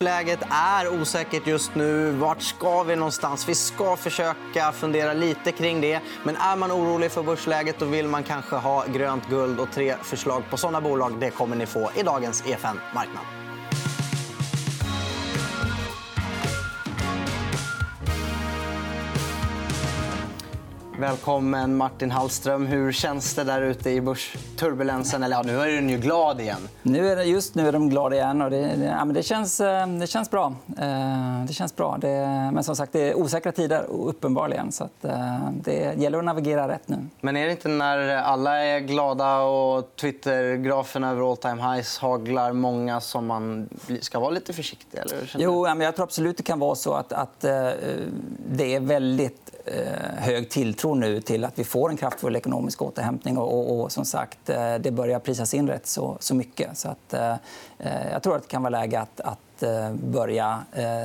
Läget är osäkert just nu. Vart ska vi någonstans? Vi ska försöka fundera lite kring det. Men är man orolig för börsläget då vill man kanske ha grönt guld. Och 3 förslag på sådana bolag det kommer ni få i dagens EFN Marknad. Välkommen Martin Hallström. Hur känns det där ute i börsturbulensen? Eller ja, nu är den ju glad igen. Just nu är de glada igen och det känns bra. Det känns bra. Men som sagt, det är osäkra tider uppenbarligen så att det gäller att navigera rätt nu. Men är det inte när alla är glada och Twitter-grafen över all time highs haglar många som man ska vara lite försiktig eller? Jo, men jag tror absolut det kan vara så att det är väldigt hög tilltro nu till att vi får en kraftfull ekonomisk återhämtning och som sagt det börjar prisas in rätt så mycket så att jag tror att det kan vara läge att börja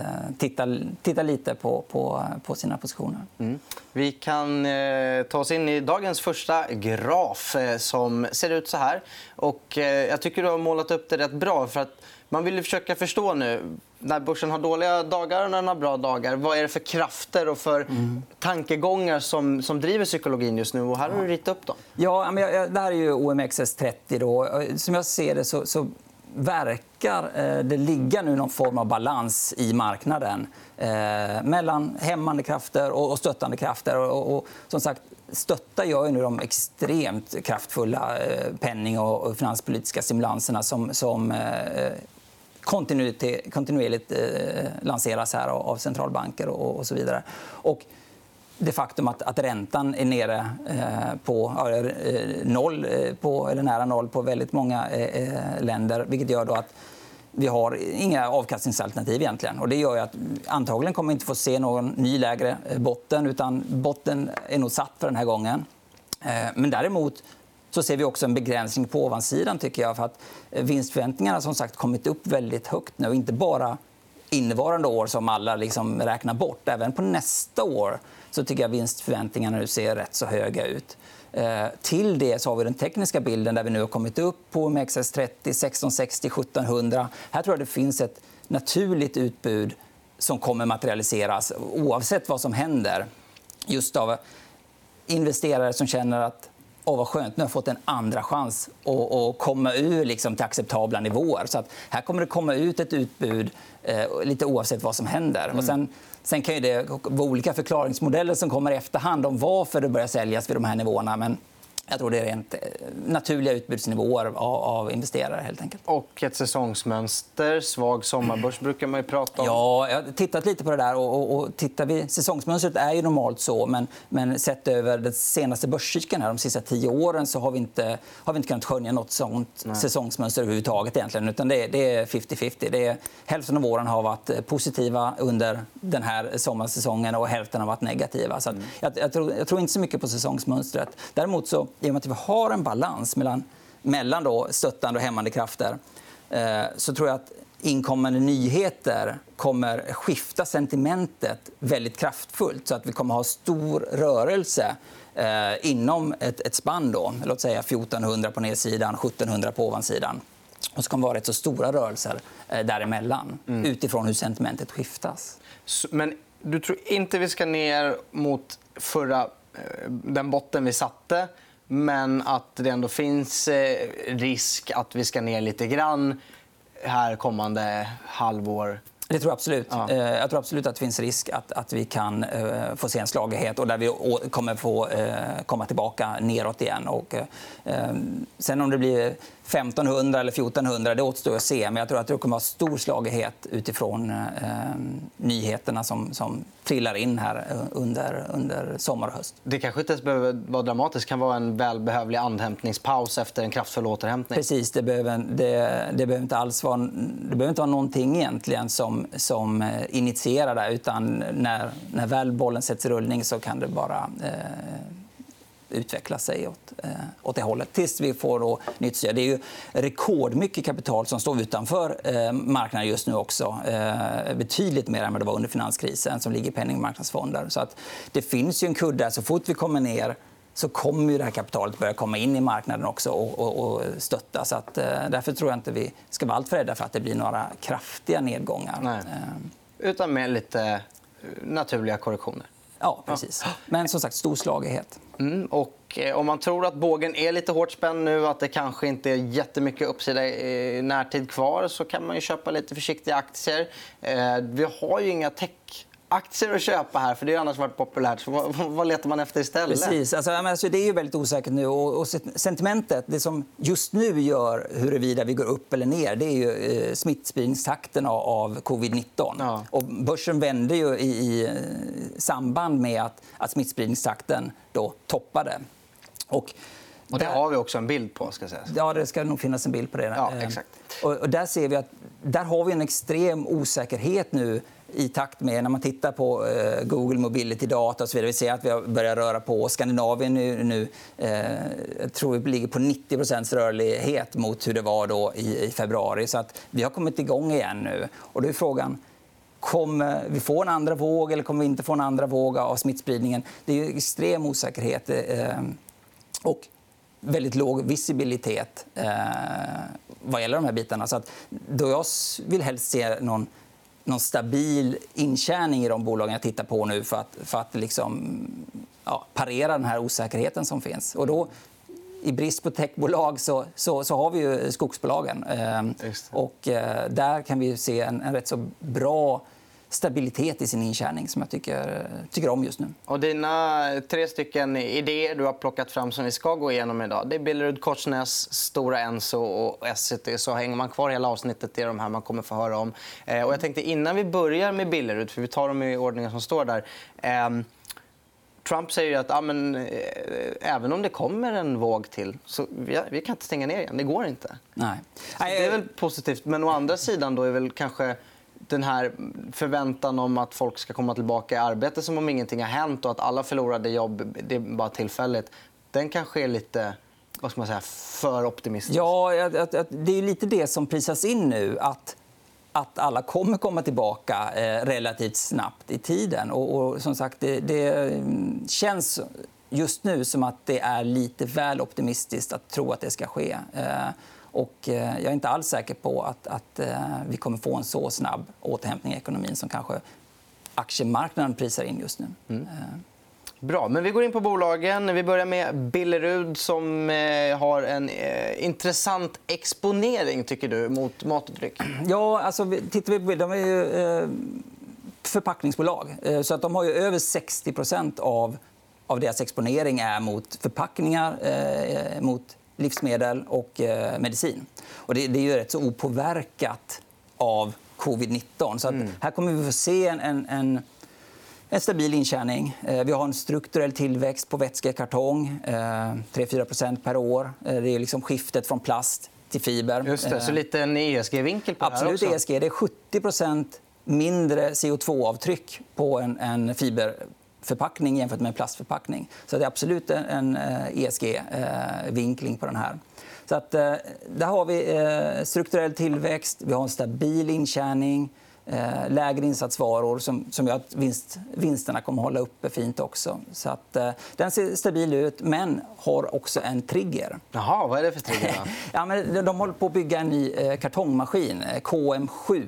titta lite på sina positioner. Vi kan ta oss in i dagens första graf som ser ut så här och jag tycker du har målat upp det rätt bra för att man vill försöka förstå nu när börsen har dåliga dagar och när den har bra dagar. Vad är det för krafter och för tankegångar som driver psykologin just nu? Och här har du ritat upp dem. Ja, men det här är ju OMXS30 då. Som jag ser det så verkar det ligga nu någon form av balans i marknaden mellan hämmande krafter och stöttande krafter. Och som sagt, stöttar gör ju nu de extremt kraftfulla penning- och finanspolitiska stimulanserna som kontinuerligt lanseras här av centralbanker och så vidare. Och det faktum att räntan är nere på noll eller nära noll på väldigt många länder, vilket gör då att vi har inga avkastningsalternativ egentligen. Och det gör ju att antagligen kommer vi inte få se någon ny lägre botten utan botten är nog satt för den här gången. Men däremot så ser vi också en begränsning på ovansidan tycker jag för att vinstförväntningarna som sagt kommit upp väldigt högt nu och inte bara innevarande år som alla liksom räknar bort. Även på nästa år så tycker jag vinstförväntningarna nu ser rätt så höga ut. Till det så har vi den tekniska bilden där vi nu har kommit upp på OMXS30, 1660, 1700. Här tror jag det finns ett naturligt utbud som kommer materialiseras oavsett vad som händer. Just av investerare som känner att vad skönt, nu har jag fått en andra chans att komma ur liksom till acceptabla nivåer. Så att här kommer det komma ut ett utbud lite oavsett vad som händer. Och sen kan ju det vara olika förklaringsmodeller som kommer i efterhand om varför det börjar säljas vid de här nivåerna. Men jag tror det är rent naturliga utbudsnivåer av investerare helt enkelt. Och ett säsongsmönster, svag sommarbörs brukar man ju prata om. Ja, jag har tittat lite på det där och tittar vi säsongsmönstret är ju normalt så men sett över den senaste börscykeln här de sista 10 åren så har vi inte kunnat skönja något sånt säsongsmönster överhuvudtaget egentligen utan det är 50-50. Det är hälften av åren har varit positiva under den här sommarsäsongen och hälften har varit negativa så att jag tror inte så mycket på säsongsmönstret. Däremot så i och med att vi har en balans mellan då stöttande och hämmande krafter så tror jag att inkommande nyheter kommer skifta sentimentet väldigt kraftfullt så att vi kommer ha stor rörelse inom ett spann då, låt säga 1400 på nedsidan, 1700 på ovansidan. Och så kommer det vara rätt så stora rörelser däremellan utifrån hur sentimentet skiftas. Men du tror inte vi ska ner mot den botten vi satte? Men att det ändå finns risk att vi ska ner lite grann här kommande halvår. Det tror jag absolut. Ja. Jag tror absolut att det finns risk att vi kan få se en slagighet och där vi kommer få komma tillbaka neråt igen. Och, sen om det blir 1500 eller 1400, det återstår att se. Men jag tror att det kommer att vara stor slagighet utifrån nyheterna som trillar in här under sommar och höst. Det kanske inte ens behöver vara dramatiskt. Det kan vara en välbehövlig andhämtningspaus efter en kraftfull återhämtning. Precis, det behöver inte alls vara, det behöver inte vara någonting egentligen som initierar det. Utan när väl bollen sätts i rullning så kan det bara utveckla sig åt det hållet tills vi får då nytt stöd. Det är ju rekordmycket kapital som står utanför marknaden just nu också. Betydligt mer än vad det var under finanskrisen som ligger i penningmarknadsfonder. Så att det finns ju en kudde. Så fort vi kommer ner så kommer ju det här kapitalet börja komma in i marknaden också och stötta. Så att, därför tror jag inte vi ska vara allt för rädda för att det blir några kraftiga nedgångar. Nej. Utan med lite naturliga korrektioner. Ja, precis. Men som sagt, stor slagighet. Och om man tror att bågen är lite hårt spänd nu, att det kanske inte är jättemycket uppsida i närtid kvar, så kan man ju köpa lite försiktiga aktier. Vi har ju inga tech-aktier att köpa här, för det har annars varit populärt. Så vad letar man efter istället? Precis. Alltså, det är ju väldigt osäkert nu. Och sentimentet, det som just nu gör huruvida vi går upp eller ner, det är ju smittspridningstakten av covid-19. Ja. Och börsen vände ju i samband med att smittspridningstakten då toppade. Och det har vi också en bild på, ska sägas. Ja, det ska nog finnas en bild på det. Ja, exakt. Och där ser vi att där har vi en extrem osäkerhet nu i takt med när man tittar på Google Mobility Data och så vidare. Vi ser att vi har börjat röra på Skandinavien nu jag tror vi ligger på 90% rörlighet mot hur det var då i februari. Så att vi har kommit igång igen nu. Och då är frågan, kommer vi få en andra våg eller kommer vi inte få en andra våg av smittspridningen? Det är ju extrem osäkerhet och väldigt låg visibilitet vad gäller de här bitarna. Så att då jag vill helst se någon stabil intjäning i de bolagen jag tittar på nu för att liksom, parera den här osäkerheten som finns. Och då, i brist på techbolag så har vi ju skogsbolagen. Och där kan vi se en rätt så bra stabilitet i sin intjäning som jag tycker om just nu. Och dina 3 stycken idéer du har plockat fram som vi ska gå igenom idag, det är Billerud, Korsnäs, Stora Enso och Essity. Så hänger man kvar hela avsnittet i de här man kommer få höra om. Och jag tänkte innan vi börjar med Billerud, för vi tar dem i ordningen som står där. Trump säger ju att även om det kommer en våg till så vi kan inte stänga ner igen. Det går inte. Nej. Så det är väl positivt. Men å andra sidan då är väl kanske den här förväntan om att folk ska komma tillbaka i arbete som om ingenting har hänt och att alla förlorade jobb, det är bara tillfälligt. Den kanske är lite, vad ska man säga, för optimistisk. Ja, det är lite det som prisas in nu, att alla kommer komma tillbaka relativt snabbt i tiden. Och som sagt, det känns just nu som att det är lite väl optimistiskt att tro att det ska ske. Och jag är inte alls säker på att vi kommer få en så snabb återhämtning i ekonomin som kanske aktiemarknaden prisar in just nu. Bra, men vi går in på bolagen. Vi börjar med Billerud som har en intressant exponering, tycker du, mot mat och dryck. Ja, alltså tittar vi på de är ju förpackningsbolag. Så att de har ju över 60% av deras exponering är mot förpackningar, mot livsmedel och medicin. Och det är ju rätt så opåverkat av covid-19. Så att här kommer vi få se en stabil intjäning. Vi har en strukturell tillväxt på vätskekartong, 3-4% per år. Det är liksom skiftet från plast till fiber. Just det, så lite en ESG-vinkel på absolut, det här också. ESG. Det är 70% mindre CO2-avtryck på en fiberförpackning jämfört med en plastförpackning. Så det är absolut en ESG-vinkling på den här. Så att, där har vi strukturell tillväxt, vi har en stabil intjäning, lägre insatsvaror som gör att vinsterna kommer att hålla uppe fint också. Så att, den ser stabil ut, men har också en trigger. Jaha, vad är det för trigger då? Ja, men de håller på att bygga en ny kartongmaskin, KM7.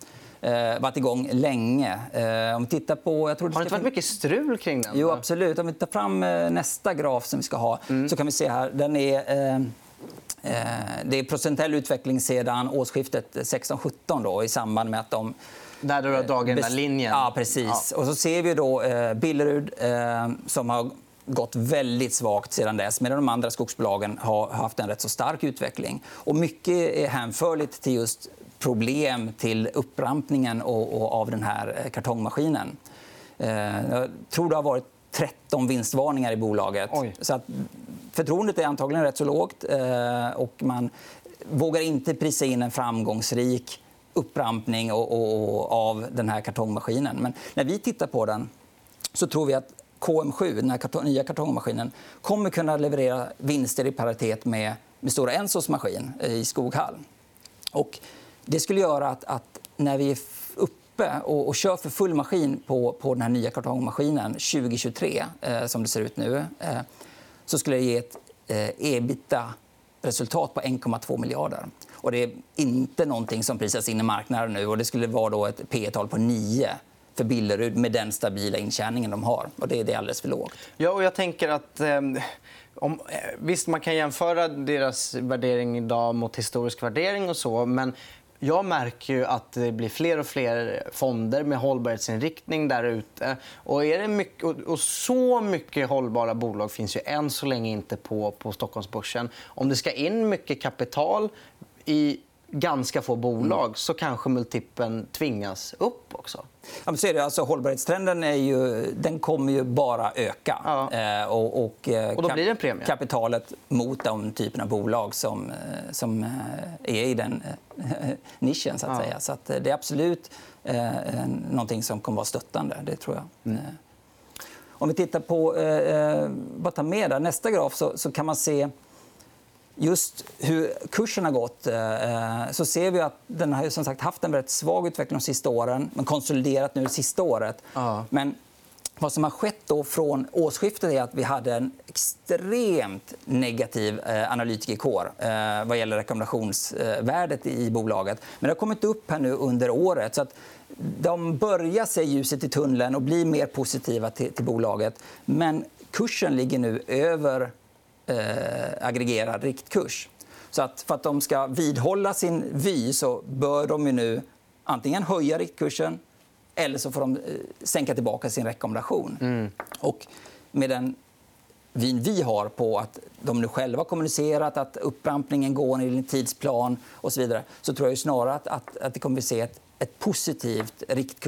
Varit igång länge. Om vi tittar på, jag tror har det inte varit mycket strul kring den? Jo, absolut. Om vi tar fram nästa graf som vi ska ha så kan vi se här. Den är... Det är procentuell utveckling sedan årsskiftet 16-17 då, i samband med att de... Där du har dragit den där linjen. Ja, precis. Ja. Och så ser vi då Billerud som har gått väldigt svagt sedan dess, medan de andra skogsbolagen har haft en rätt så stark utveckling. Och mycket är hänförligt till just problem till upprampningen och av den här kartongmaskinen. Jag tror det har varit 13 vinstvarningar i bolaget. Oj. Så att förtroendet är antagligen rätt så lågt och man vågar inte prisa in en framgångsrik upprampning av den här kartongmaskinen. Men när vi tittar på den så tror vi att KM7, den här nya kartongmaskinen, kommer kunna leverera vinster i paritet med Stora Ensos maskin i Skoghall. Och det skulle göra att när vi är uppe och kör för full maskin på den här nya kartongmaskinen 2023, som det ser ut nu, så skulle det ge ett ebitda-resultat på 1,2 miljarder. Och det är inte någonting som prisas in i marknaden nu. Och det skulle vara då ett P-tal på 9 för Billerud med den stabila intjäningen de har. Och det är alldeles för lågt. Ja, och jag tänker att... visst, man kan jämföra deras värdering idag mot historisk värdering och så, men jag märker ju att det blir fler och fler fonder med hållbarhetsinriktning där ute. Och, är det mycket, och så mycket hållbara bolag finns ju än så länge inte på Stockholmsbörsen. Om det ska in mycket kapital i ganska få bolag så kanske multipeln tvingas upp också. Ja, men så är det. Alltså, hållbarhetstrenden den kommer ju bara öka. Ja. Och då blir det en premie. Kapitalet mot den typen av bolag som är i den nischen. Så att säga. Så att det är absolut någonting som kommer vara stöttande. Det tror jag. Om vi tittar på bara ta med där, nästa graf så kan man se just hur kursen har gått. Så ser vi att den har som sagt haft en väldigt svag utveckling de sista åren, men konsoliderat nu det sista året. Men vad som har skett då från årsskiftet är att vi hade en extremt negativ analytikerkår vad gäller rekommendationsvärdet i bolaget. Men det har kommit upp här nu under året, så att de börjar se ljuset i tunneln och bli mer positiva till bolaget. Men kursen ligger nu över aggregerad riktkurs. Så att för att de ska vidhålla sin vy så bör de ju nu antingen höja riktkursen eller så får de sänka tillbaka sin rekommendation. Och med den vyn vi har på att de nu själva kommunicerat att upprampningen går i en tidsplan och så vidare, så tror jag ju snarare att det kommer att se ett positivt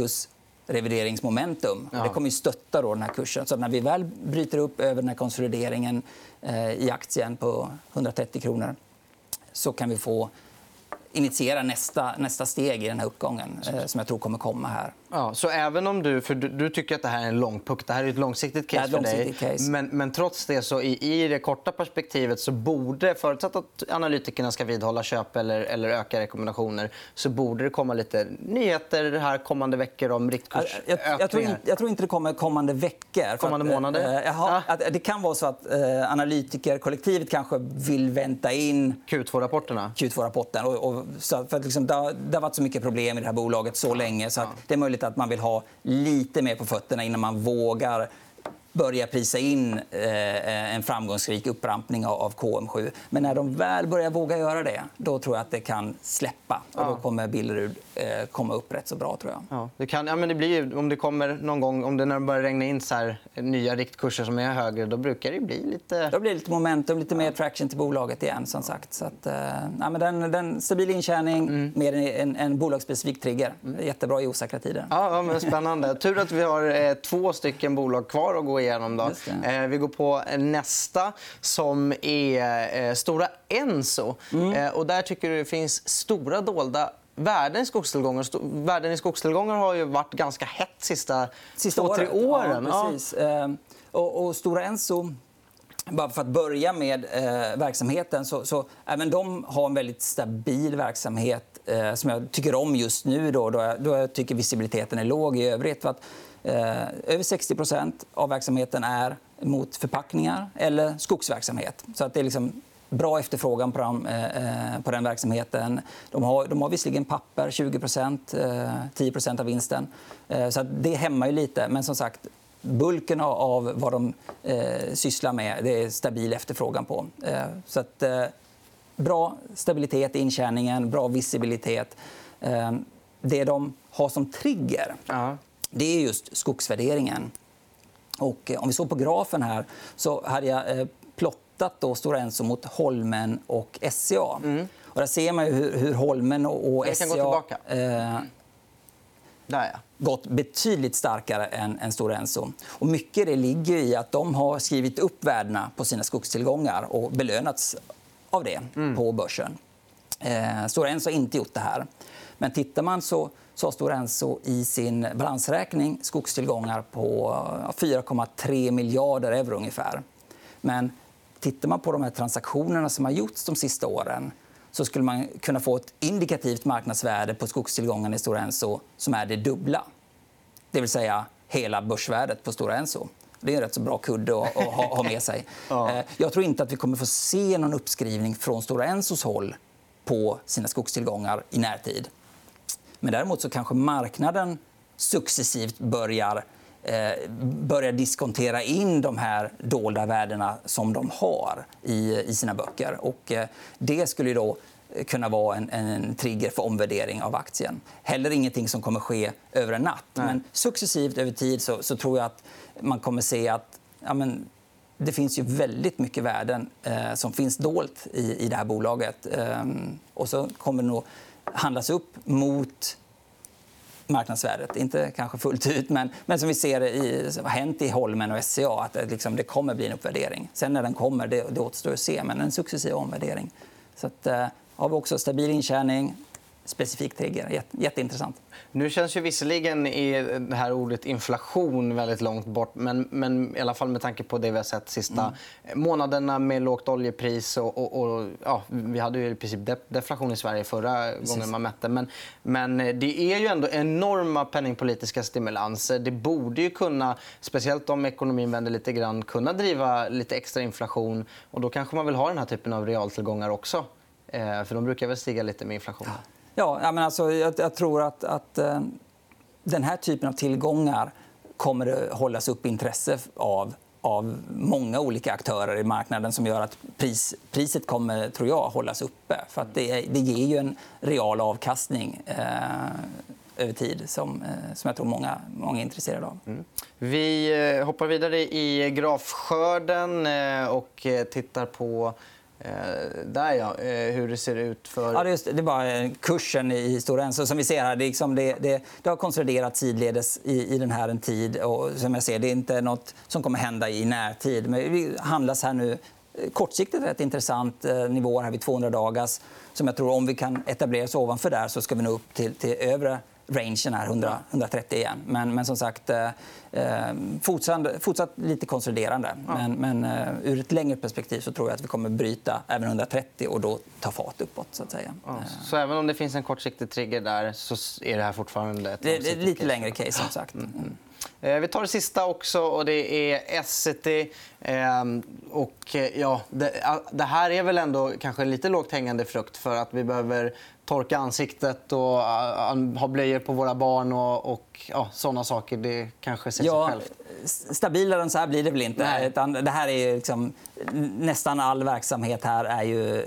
riktkursrevideringsmomentum. Det kommer ju stötta då den här kursen. Så när vi väl bryter upp över den här konsolideringen i aktien på 130 kronor så kan vi få initiera nästa steg i den här uppgången som jag tror kommer komma här. Ja, så även om du tycker att det här är en lång puck, det här är ett långsiktigt case för dig. Men trots det så i det korta perspektivet så borde, förutsatt att analytikerna ska vidhålla köp eller öka rekommendationer, så borde det komma lite nyheter här kommande veckor om riktkursökningar. Jag tror inte det kommer kommande veckor. Kommande månader? Att det kan vara så att analytikerkollektivet kanske vill vänta in Q2-rapporterna. Q2-rapporten. För att liksom, det har varit så mycket problem i det här bolaget så länge så att det är möjligt att man vill ha lite mer på fötterna innan man vågar börja prisa in en framgångsrik upprampning av KM7. Men när de väl börjar våga göra det, då tror jag att det kan släppa. Och då kommer Billerud komma upp rätt så bra, tror jag. Ja, det kan, men det blir, om det kommer någon gång, om det när det börjar regna in så här, nya riktkurser som är högre, då brukar det bli lite... Då blir det lite momentum, lite mer traction till bolaget igen, som sagt. Så att, men den stabil intjäning med en bolagsspecifik trigger. Jättebra i osäkra tider. Ja, men spännande. Tur att vi har 2 stycken bolag kvar att gå igenom då. Vi går på nästa som är Stora Enso. Och där tycker du det finns stora dolda värden i skogstillgångar. Värden i skogstillgångar har ju varit ganska hett sista 2-3 åren. Ja, precis. Och Stora Enso, bara för att börja med verksamheten, så även de har en väldigt stabil verksamhet som jag tycker om just nu då jag tycker visibiliteten är låg i övrigt. För att över 60% av verksamheten är mot förpackningar eller skogsverksamhet. Så att det är liksom bra efterfrågan på den verksamheten. De har visserligen papper, 20%, 10% av vinsten. Så att det hämmar ju lite. Men som sagt, bulken av vad de sysslar med, det är stabil efterfrågan på. Så att, bra stabilitet i intjäningen, bra visibilitet. Det de har som trigger, det är just skogsvärderingen. Och om vi såg på grafen här så hade jag plottat då Stora Enso mot Holmen och SCA. Och där ser man ju hur Holmen och SCA gått betydligt starkare än Stora Enso. Och mycket det ligger i att de har skrivit upp värdena på sina skogstillgångar och belönats av det på börsen. Stora Enso har inte gjort det här. Men tittar man så har Stora Enso i sin balansräkning skogstillgångar på 4,3 miljarder euro ungefär. Men tittar man på de här transaktionerna som har gjorts de sista åren så skulle man kunna få ett indikativt marknadsvärde på skogstillgångarna i Stora Enso som är det dubbla. Det vill säga hela börsvärdet på Stora Enso. Det är en rätt så bra kudde att ha med sig. Jag tror inte att vi kommer få se någon uppskrivning från Stora Ensos håll på sina skogstillgångar i närtid. Men däremot så kanske marknaden successivt börjar diskontera in de här dolda värdena som de har i sina böcker. Och det skulle ju då kunna vara en trigger för omvärdering av aktien. Heller ingenting som kommer ske över en natt. Nej. Men successivt över tid så tror jag att man kommer se att det finns ju väldigt mycket värden som finns dolt i det här bolaget. Och så kommer det nog handlas upp mot marknadsvärdet. Inte kanske fullt ut, men som vi ser har hänt i Holmen och SCA, att det kommer bli en uppvärdering. Sen när den kommer, det återstår att se, men en successiv omvärdering. Så att, har vi också stabil intjäning, specifik trigger. Jätteintressant. Nu känns ju visserligen i det här ordet inflation väldigt långt bort, men i alla fall med tanke på det vi har sett sista månaderna med lågt oljepris och vi hade ju i princip deflation i Sverige förra gången man mätte. Men det är ju ändå enorma penningpolitiska stimulanser. Det borde ju kunna, speciellt om ekonomin vänder lite grann, kunna driva lite extra inflation, och då kanske man vill ha den här typen av realtillgångar också. För de brukar väl stiga lite med inflation. Ja, men alltså, jag tror att den här typen av tillgångar kommer att hållas upp intresse av många olika aktörer i marknaden, som gör att priset kommer, tror jag, hållas uppe. För att det ger ju en real avkastning över tid som jag tror många är intresserade av. Vi hoppar vidare i grafskörden och tittar på hur det ser ut för... Ja, det var kursen i Stora Enso som vi ser här. Det har konsoliderat sidledes i den här en tid, och som jag ser, det är inte något som kommer hända i närtid. Men vi handlas här nu kortsiktigt rätt intressant nivåer här vid 200 dagars, som jag tror, om vi kan etablera oss ovanför där, så ska vi nå upp till övre rangen här, 130 igen. Men som sagt, fortsatt lite konsoliderande. Men ur ett längre perspektiv så tror jag att vi kommer bryta även 130 och då ta fart uppåt, så att säga. Så även om det finns en kortsiktig trigger där, så är det här fortfarande ett lite längre case, som sagt. Vi tar det sista också, och det är Essity. Det här är väl ändå kanske lite lågt hängande frukt, för att vi behöver torka ansiktet och ha blöjor på våra barn och såna saker. Det kanske ser sig självt. Stabilare än så här blir det väl inte. Utan det här är nästan all verksamhet här är ju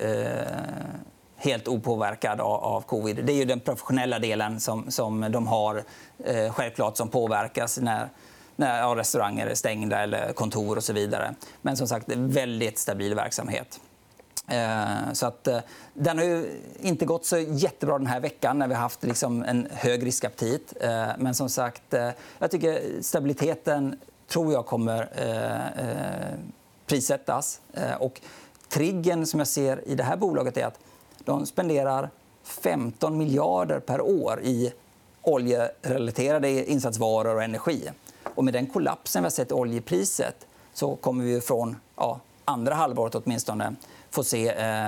helt opåverkad av covid. Det är ju den professionella delen som de har, självklart, som påverkas när restauranger är stängda eller kontor och så vidare. Men som sagt, väldigt stabil verksamhet. Så att den har ju inte gått så jättebra den här veckan när vi har haft en hög riskaptit. Men som sagt, jag tycker stabiliteten, tror jag, kommer prissättas. Och triggen som jag ser i det här bolaget är att de spenderar 15 miljarder per år i oljerelaterade insatsvaror och energi. Och med den kollapsen vi har sett i oljepriset, så kommer vi från andra halvåret åtminstone få se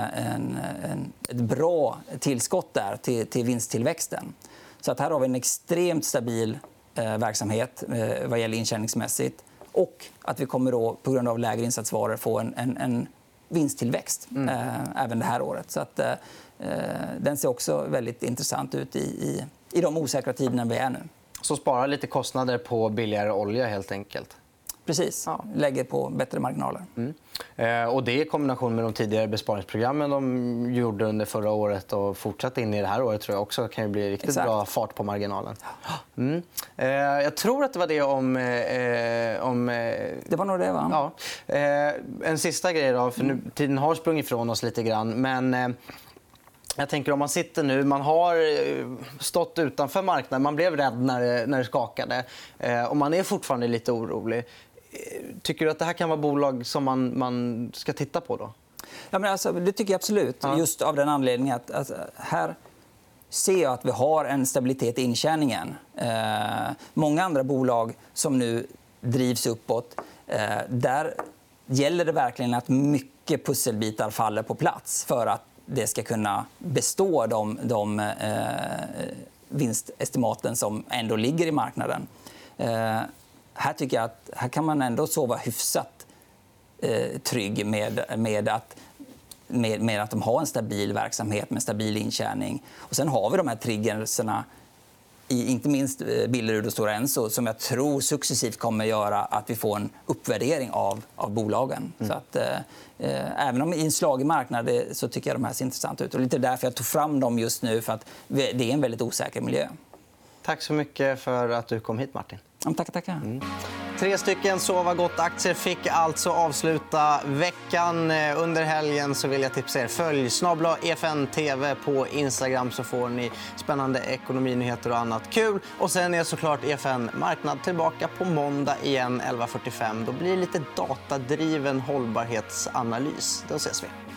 ett bra tillskott där till vinsttillväxten. Så att här har vi en extremt stabil verksamhet vad gäller intjäningsmässigt, och att vi kommer då, på grund av lägre insatsvaror, få en vinsttillväxt även det här året. Så att den ser också väldigt intressant ut i de osäkra tiderna vi är nu. Så spara lite kostnader på billigare olja helt enkelt. Precis. Lägger på bättre marginaler. Och det i kombination med de tidigare besparingsprogrammen de gjorde under förra året och fortsatt in i det här året, tror jag också kan ju bli riktigt bra fart på marginalen. Jag tror att det var det om... Det var nog det, va? Ja. En sista grej då, för nu, tiden har sprungit ifrån oss lite grann, men... Jag tänker, om man sitter nu, man har stått utanför marknaden, man blev rädd när det skakade, och man är fortfarande lite orolig. Tycker du att det här kan vara bolag som man ska titta på då? Ja, men alltså, det tycker jag absolut. Just av den anledningen att här ser jag att vi har en stabilitet i intjäningen. Många andra bolag som nu drivs uppåt, där gäller det verkligen att mycket pusselbitar faller på plats för att det ska kunna bestå de vinstestimaten som ändå ligger i marknaden. här tycker jag att här kan man ändå sova hyfsat trygg med att de har en stabil verksamhet med stabil intjäning. Och sen har vi de här triggerserna i inte minst Billerud och Stora Enso som jag tror successivt kommer göra att vi får en uppvärdering av bolagen. Så att, även om i en slagig marknad så tycker jag de här ser intressant ut. Och lite därför jag tog fram dem just nu, för att det är en väldigt osäker miljö. Tack så mycket för att du kom hit, Martin. Tackar. 3 stycken Sova gott-aktier fick alltså avsluta veckan. Under helgen så vill jag tipsa er. Följ @EFN TV på Instagram så får ni spännande ekonominyheter och annat kul. Och sen är såklart EFN Marknad tillbaka på måndag igen 11:45. Då blir det lite datadriven hållbarhetsanalys. Då ses vi.